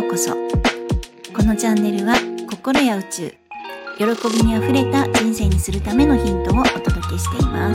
ようこそ。このチャンネルは心や宇宙、喜びにあふれた人生にするためのヒントをお届けしています。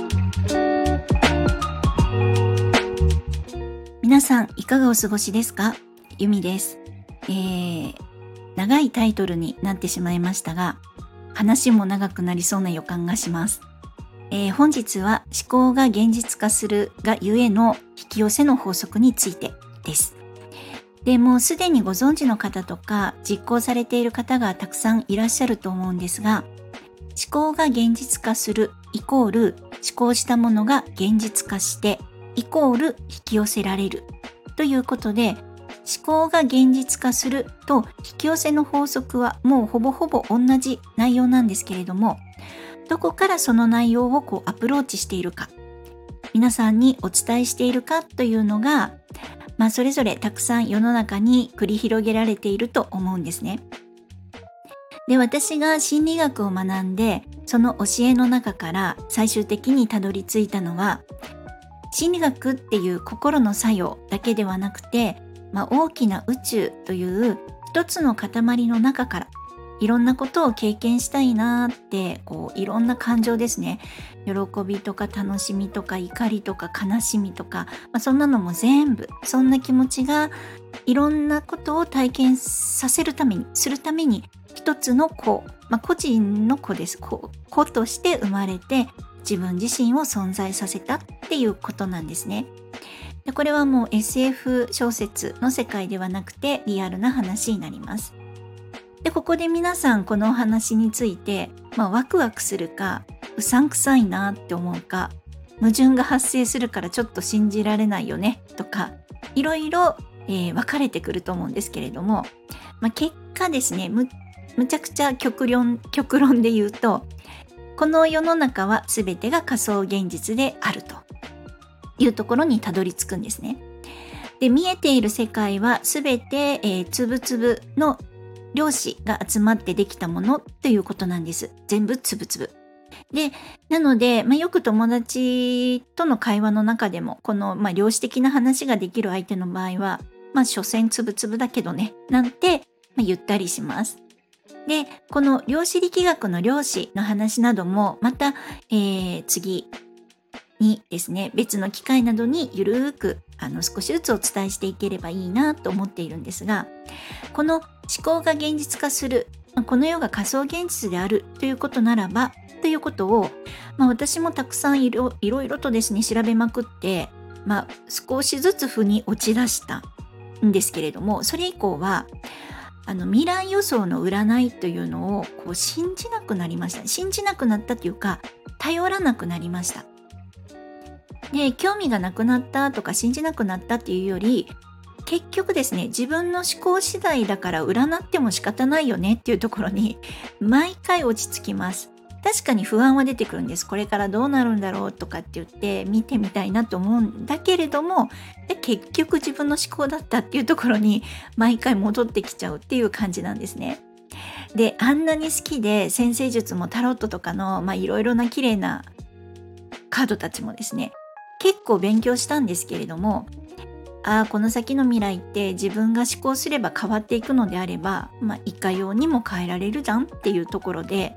皆さんいかがお過ごしですか？ゆみです。長いタイトルになってしまいましたが、話も長くなりそうな予感がします。本日は思考が現実化するがゆえの引き寄せの法則についてです。でもうすでにご存知の方とか実行されている方がたくさんいらっしゃると思うんですが、思考が現実化するイコール思考したものが現実化してイコール引き寄せられるということで、思考が現実化すると引き寄せの法則はもうほぼほぼ同じ内容なんですけれども、どこからその内容をアプローチしているか、皆さんにお伝えしているかというのが、それぞれたくさん世の中に繰り広げられていると思うんですね。で、私が心理学を学んで、その教えの中から最終的にたどり着いたのは、心理学っていう心の作用だけではなくて、大きな宇宙という一つの塊の中からいろんなことを経験したいなって、いろんな感情ですね。喜びとか楽しみとか怒りとか悲しみとか、そんなのも全部、そんな気持ちがいろんなことを体験させるために、するために一つの個人の個です。個として生まれて自分自身を存在させたっていうことなんですね。で、これはもう SF 小説の世界ではなくてリアルな話になります。で、ここで皆さんこのお話について、ワクワクするか、うさんくさいなって思うか、矛盾が発生するからちょっと信じられないよねとか、いろいろ、分かれてくると思うんですけれども、結果ですね、むちゃくちゃ極論で言うと、この世の中は全てが仮想現実であるというところにたどり着くんですね。で、見えている世界は全て、つぶつぶの量子が集まってできたものということなんです。全部つぶつぶ。で、なので、よく友達との会話の中でも、この、量子的な話ができる相手の場合は、所詮つぶつぶだけどね、なんて、言ったりします。で、この量子力学の量子の話なども、また、次にですね、別の機会などにゆるーく少しずつお伝えしていければいいなと思っているんですが、この思考が現実化する、この世が仮想現実であるということならばということを、私もたくさんいろいろとですね調べまくって、少しずつ腑に落ち出したんですけれども、それ以降は未来予想の占いというのを信じなくなりました。信じなくなったというか、頼らなくなりました。で、興味がなくなったとか信じなくなったっていうより、結局ですね、自分の思考次第だから占っても仕方ないよねっていうところに毎回落ち着きます。確かに不安は出てくるんです。これからどうなるんだろうとかって言って見てみたいなと思うんだけれども、結局自分の思考だったっていうところに毎回戻ってきちゃうっていう感じなんですね。で、あんなに好きで占星術もタロットとかのいろいろな綺麗なカードたちもですね、結構勉強したんですけれども、この先の未来って自分が思考すれば変わっていくのであれば、いかようにも変えられるじゃんっていうところで、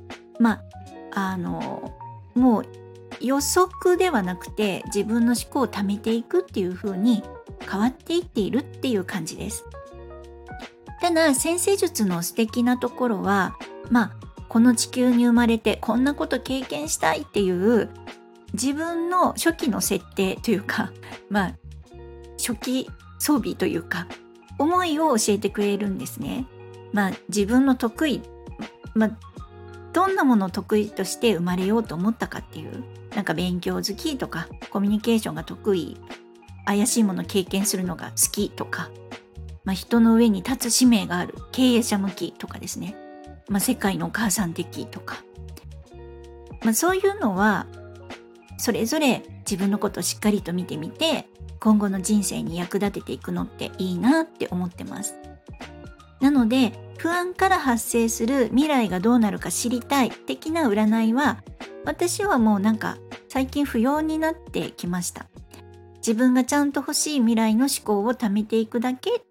もう予測ではなくて自分の思考を貯めていくっていう風に変わっていっているっていう感じです。ただ、占星術の素敵なところは、この地球に生まれてこんなこと経験したいっていう自分の初期の設定というか、初期装備というか、思いを教えてくれるんですね。自分の得意、どんなものを得意として生まれようと思ったかっていう、勉強好きとか、コミュニケーションが得意、怪しいものを経験するのが好きとか、人の上に立つ使命がある、経営者向きとかですね。世界のお母さん的とか。そういうのは、それぞれ自分のことをしっかりと見てみて、今後の人生に役立てていくのっていいなって思ってます。なので、不安から発生する未来がどうなるか知りたい的な占いは、私はもう最近不要になってきました。自分がちゃんと欲しい未来の思考を貯めていくだけっ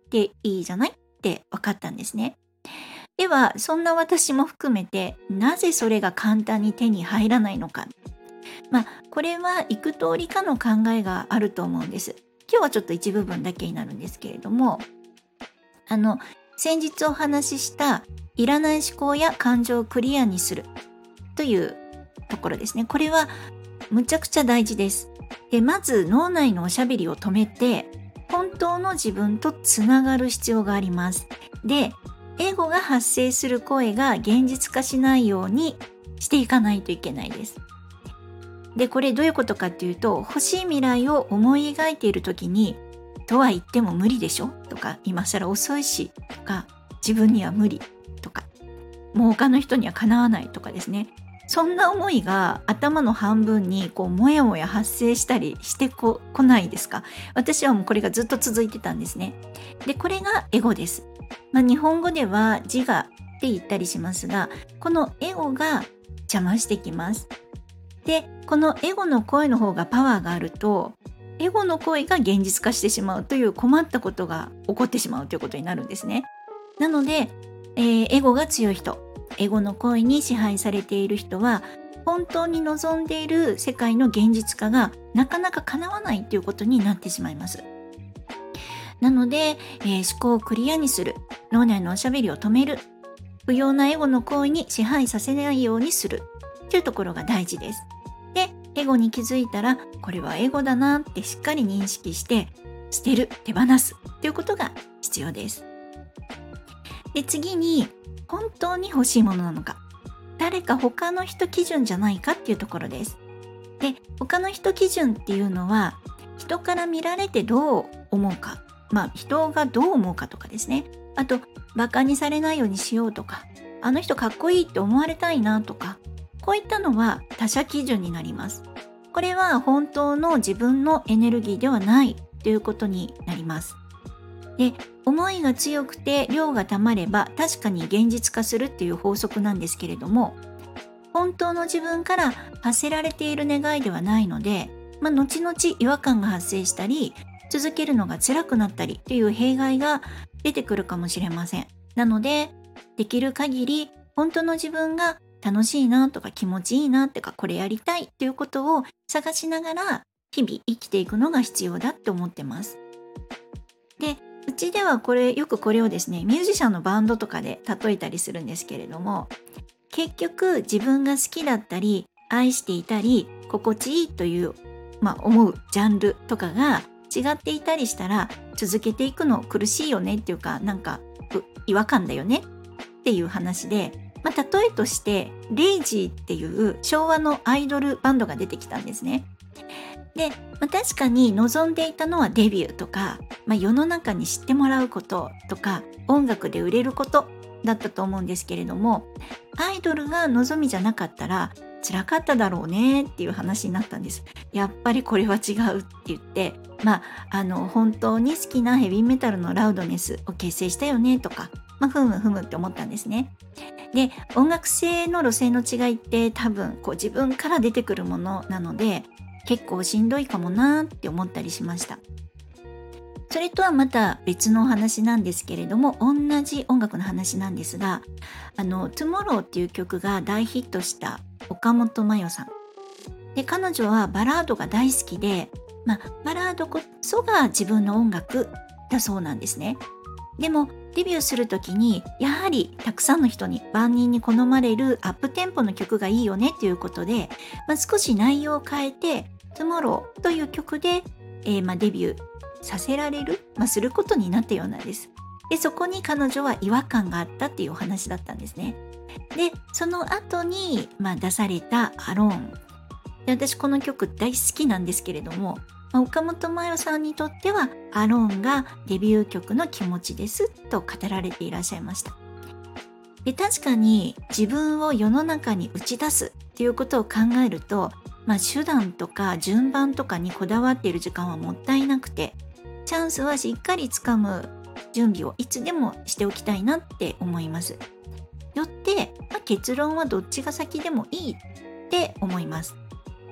ていいじゃないって分かったんですね。では、そんな私も含めて、なぜそれが簡単に手に入らないのか。これは幾通りかの考えがあると思うんです。今日はちょっと一部分だけになるんですけれども、先日お話ししたいらない思考や感情をクリアにするというところですね。これはむちゃくちゃ大事です。で、まず脳内のおしゃべりを止めて、本当の自分とつながる必要があります。で、エゴが発生する声が現実化しないようにしていかないといけないです。で、これどういうことかっていうと、欲しい未来を思い描いている時に、とは言っても無理でしょとか、今更遅いしとか、自分には無理とか、もう他の人にはかなわないとかですね。そんな思いが頭の半分にもやもや発生したりしてこないですか？私はもうこれがずっと続いてたんですね。で、これがエゴです。日本語では自我って言ったりしますが、このエゴが邪魔してきます。で、このエゴの声の方がパワーがあると、エゴの声が現実化してしまうという困ったことが起こってしまうということになるんですね。なので、エゴが強い人、エゴの声に支配されている人は、本当に望んでいる世界の現実化がなかなか叶わないということになってしまいます。なので、思考をクリアにする、脳内のおしゃべりを止める、不要なエゴの行為に支配させないようにするというところが大事です。で、エゴに気づいたら、これはエゴだなってしっかり認識して、捨てる、手放すということが必要です。で、次に、本当に欲しいものなのか、誰か他の人基準じゃないかっていうところです。で、他の人基準っていうのは、人から見られてどう思うか、人がどう思うかとかですね。あと、バカにされないようにしようとか、あの人かっこいいって思われたいなとか、こういったのは他者基準になります。これは本当の自分のエネルギーではないということになります。で、思いが強くて量がたまれば確かに現実化するっていう法則なんですけれども、本当の自分から発せられている願いではないので、後々違和感が発生したり、続けるのが辛くなったりという弊害が出てくるかもしれません。なので、できる限り本当の自分が楽しいなとか気持ちいいなってか、これやりたいということを探しながら日々生きていくのが必要だって思ってます。で、うちではよくこれをですね、ミュージシャンのバンドとかで例えたりするんですけれども、結局自分が好きだったり愛していたり心地いいという、思うジャンルとかが違っていたりしたら、続けていくの苦しいよねっていうか、違和感だよねっていう話で、例えとしてレイジーっていう昭和のアイドルバンドが出てきたんですね。で、確かに望んでいたのはデビューとか、世の中に知ってもらうこととか、音楽で売れることだったと思うんですけれども、アイドルが望みじゃなかったら辛かっただろうねっていう話になったんです。やっぱりこれは違うって言って、本当に好きなヘビーメタルのラウドネスを結成したよねとか、ふむふむって思ったんですね。で、音楽性の路線の違いって多分自分から出てくるものなので、結構しんどいかもなって思ったりしました。それとはまた別のお話なんですけれども、同じ音楽の話なんですが、Tomorrow っていう曲が大ヒットした岡本真代さんで、彼女はバラードが大好きで、バラードこそが自分の音楽だそうなんですね。でもデビューする時に、やはりたくさんの人に、万人に好まれるアップテンポの曲がいいよねということで、少し内容を変えて Tomorrow という曲で、デビューさせられる、することになったようなんです。で、そこに彼女は違和感があったっていうお話だったんですね。で、その後に、出されたアローンで、私この曲大好きなんですけれども、岡本真代さんにとってはアローンがデビュー曲の気持ちですと語られていらっしゃいました。で、確かに自分を世の中に打ち出すっていうことを考えると、手段とか順番とかにこだわっている時間はもったいなくて、チャンスはしっかりつかむ準備をいつでもしておきたいなって思います。よって、結論はどっちが先でもいいって思います。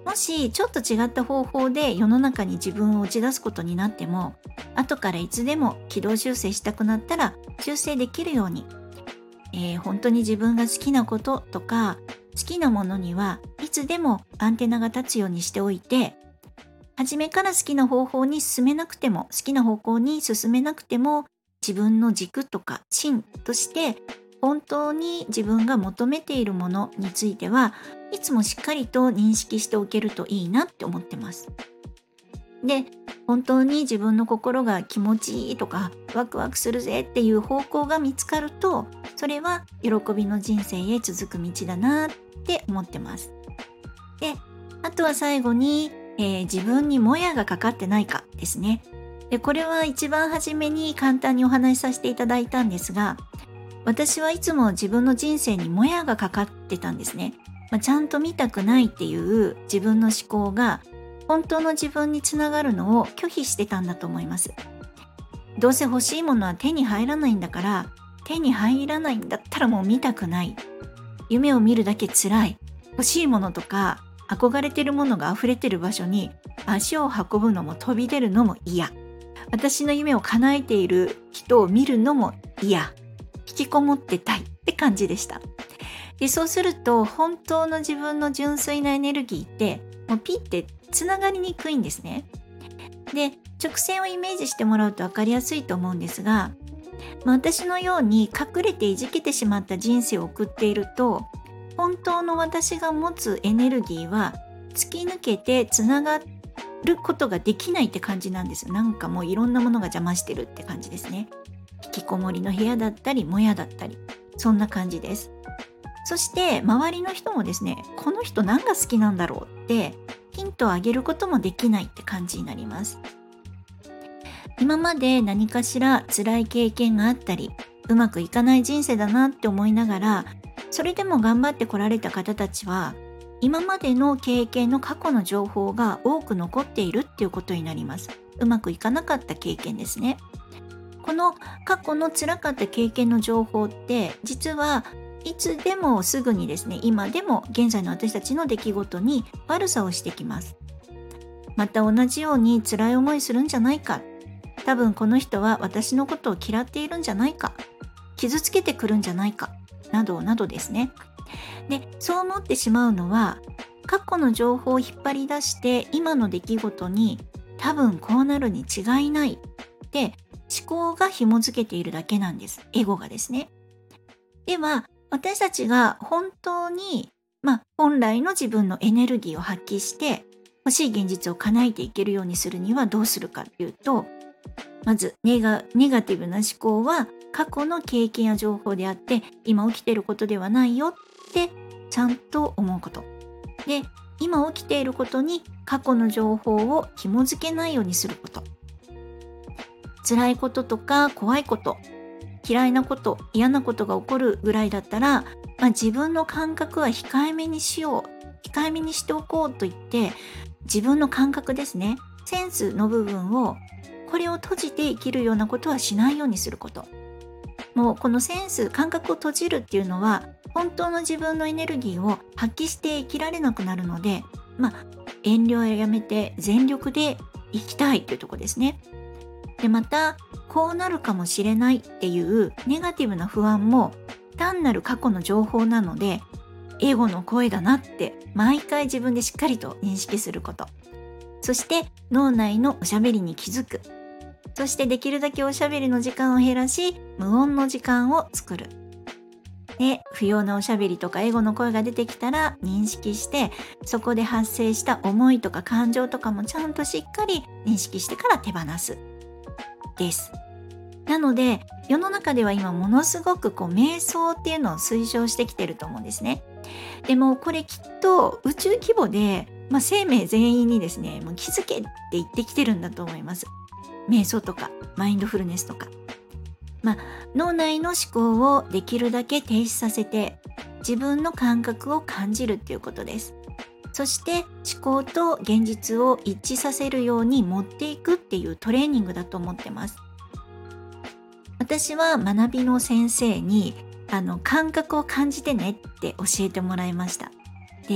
もしちょっと違った方法で世の中に自分を打ち出すことになっても、後からいつでも軌道修正したくなったら修正できるように、本当に自分が好きなこととか好きなものにはいつでもアンテナが立つようにしておいて、初めから好きな方法に進めなくても、好きな方向に進めなくても、自分の軸とか芯として本当に自分が求めているものについてはいつもしっかりと認識しておけるといいなって思ってます。で、本当に自分の心が気持ちいいとかワクワクするぜっていう方向が見つかると、それは喜びの人生へ続く道だなって思ってます。で、あとは最後に、自分にもやがかかってないかですね。で、これは一番初めに簡単にお話しさせていただいたんですが、私はいつも自分の人生にもやがかかってたんですね。ちゃんと見たくないっていう自分の思考が本当の自分につながるのを拒否してたんだと思います。どうせ欲しいものは手に入らないんだから、手に入らないんだったらもう見たくない。夢を見るだけ辛い。欲しいものとか憧れてるものが溢れてる場所に足を運ぶのも飛び出るのも嫌。私の夢を叶えている人を見るのも嫌。引きこもってたいって感じでした。で、そうすると本当の自分の純粋なエネルギーってもうピッてつながりにくいんですね。で、直線をイメージしてもらうと分かりやすいと思うんですが、私のように隠れていじけてしまった人生を送っていると、本当の私が持つエネルギーは突き抜けてつながることができないって感じなんです。なんかもういろんなものが邪魔してるって感じですね。引きこもりの部屋だったりもやだったり、そんな感じです。そして周りの人もですね、この人何が好きなんだろうってヒントをあげることもできないって感じになります。今まで何かしら辛い経験があったり、うまくいかない人生だなって思いながら、それでも頑張ってこられた方たちは、今までの経験の過去の情報が多く残っているっていうことになります。うまくいかなかった経験ですね。この過去の辛かった経験の情報って、実はいつでもすぐにですね、今でも現在の私たちの出来事に悪さをしてきます。また同じように辛い思いするんじゃないか。多分この人は私のことを嫌っているんじゃないか。傷つけてくるんじゃないか。などなどですね。で、そう思ってしまうのは、過去の情報を引っ張り出して今の出来事に多分こうなるに違いないって思考が紐づけているだけなんです。エゴがですね。では、私たちが本当に、本来の自分のエネルギーを発揮して欲しい現実を叶えていけるようにするにはどうするかっていうと、まずネガティブな思考は過去の経験や情報であって今起きていることではないよってちゃんと思うことで、今起きていることに過去の情報を紐づけないようにすること。辛いこととか怖いこと、嫌いなこと、嫌なことが起こるぐらいだったら、自分の感覚は控えめにしておこうと言って自分の感覚ですね、センスの部分をこれを閉じて生きるようなことはしないようにすること。もうこのセンス、感覚を閉じるっていうのは本当の自分のエネルギーを発揮して生きられなくなるので、遠慮はやめて全力で生きたいというところですね。で、またこうなるかもしれないっていうネガティブな不安も単なる過去の情報なので、エゴの声だなって毎回自分でしっかりと認識すること。そして脳内のおしゃべりに気づく。そしてできるだけおしゃべりの時間を減らし、無音の時間を作る。で、不要なおしゃべりとかエゴの声が出てきたら認識して、そこで発生した思いとか感情とかもちゃんとしっかり認識してから手放す。です。なので、世の中では今ものすごく瞑想っていうのを推奨してきてると思うんですね。でもこれきっと宇宙規模で、生命全員にですね、もう気づけって言ってきてるんだと思います。瞑想とかマインドフルネスとか、脳内の思考をできるだけ停止させて自分の感覚を感じるっていうことです。そして思考と現実を一致させるように持っていくっていうトレーニングだと思ってます。私は学びの先生に感覚を感じてねって教えてもらいました。で、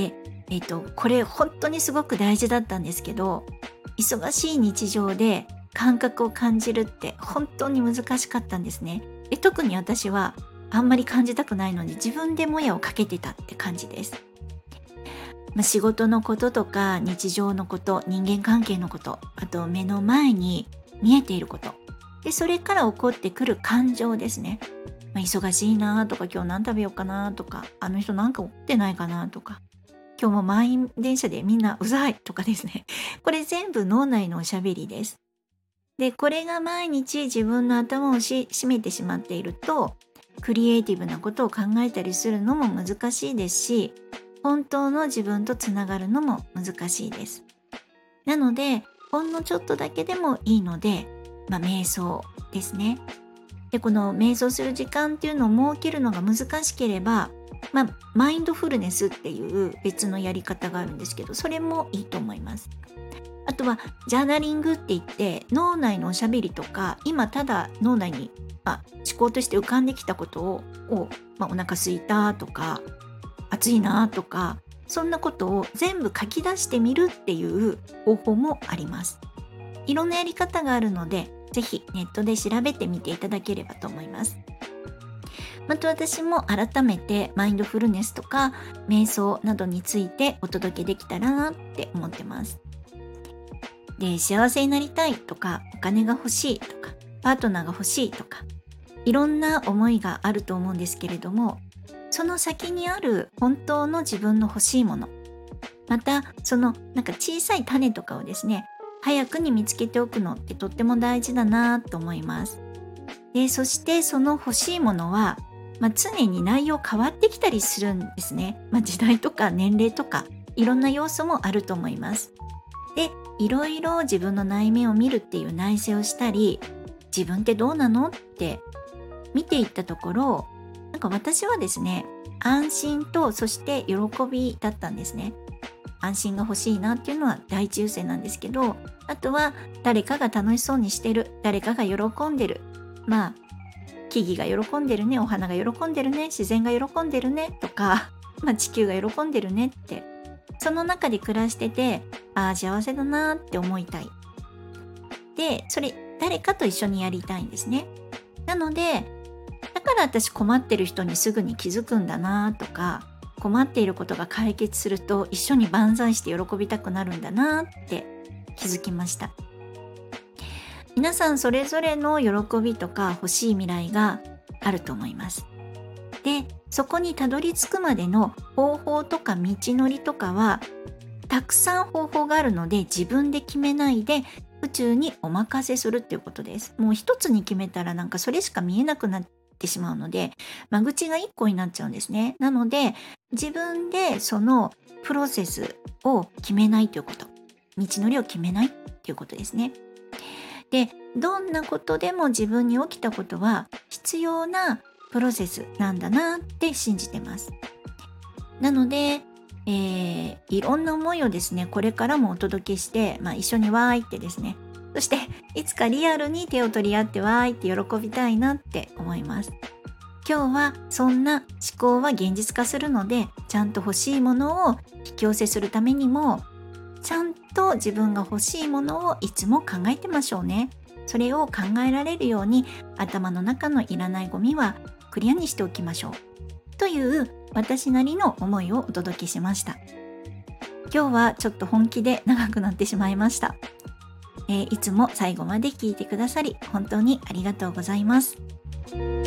これ本当にすごく大事だったんですけど、忙しい日常で感覚を感じるって本当に難しかったんですね。特に私はあんまり感じたくないのに自分でもやをかけてたって感じです。仕事のこととか日常のこと、人間関係のこと、あと目の前に見えていることで、それから起こってくる感情ですね。忙しいなとか、今日何食べようかなとか、あの人なんか起きてないかなとか、今日も満員電車でみんなうざいとかですね。これ全部脳内のおしゃべりです。で、これが毎日自分の頭を占めてしまっていると、クリエイティブなことを考えたりするのも難しいですし、本当の自分とつながるのも難しいです。なので、ほんのちょっとだけでもいいので、瞑想ですね。で、この瞑想する時間っていうのを設けるのが難しければ、マインドフルネスっていう別のやり方があるんですけど、それもいいと思います。あとはジャーナリングって言って、脳内のおしゃべりとか、今ただ脳内に、思考として浮かんできたことをお腹すいたとか、暑いなとか、そんなことを全部書き出してみるっていう方法もあります。いろんなやり方があるので、ぜひネットで調べてみていただければと思います。また私も改めてマインドフルネスとか瞑想などについてお届けできたらなって思ってます。で、幸せになりたいとか、お金が欲しいとか、パートナーが欲しいとか、いろんな思いがあると思うんですけれども、その先にある本当の自分の欲しいもの、またその小さい種とかをですね、早くに見つけておくのってとっても大事だなと思います。で、そしてその欲しいものは、常に内容変わってきたりするんですね。時代とか年齢とかいろんな要素もあると思います。で、いろいろ自分の内面を見るっていう内省をしたり、自分ってどうなのって見ていったところ、私はですね、安心とそして喜びだったんですね。安心が欲しいなっていうのは第一優先なんですけど、あとは誰かが楽しそうにしてる、誰かが喜んでる、木々が喜んでるね、お花が喜んでるね、自然が喜んでるねとか、地球が喜んでるねって、その中で暮らしてて、幸せだなって思いたい。で、それ誰かと一緒にやりたいんですね。なので、だから私困ってる人にすぐに気づくんだなとか、困っていることが解決すると一緒に万歳して喜びたくなるんだなって気づきました。皆さんそれぞれの喜びとか欲しい未来があると思います。で、そこにたどり着くまでの方法とか道のりとかはたくさん方法があるので、自分で決めないで宇宙にお任せするっていうことです。もう一つに決めたらそれしか見えなくなってしまうので、間口が一個になっちゃうんですね。なので自分でそのプロセスを決めないということ、道のりを決めないっていうことですね。で、どんなことでも自分に起きたことは必要なプロセスなんだなって信じてます。なので、いろんな思いをですね、これからもお届けして、一緒にわーいってですね、そしていつかリアルに手を取り合ってわーいって喜びたいなって思います。今日はそんな思考は現実化するので、ちゃんと欲しいものを引き寄せするためにも、ちゃんと自分が欲しいものをいつも考えてましょうね。それを考えられるように頭の中のいらないゴミはクリアにしておきましょう。という私なりの思いをお届けしました。今日はちょっと本気で長くなってしまいました。いつも最後まで聞いてくださり本当にありがとうございます。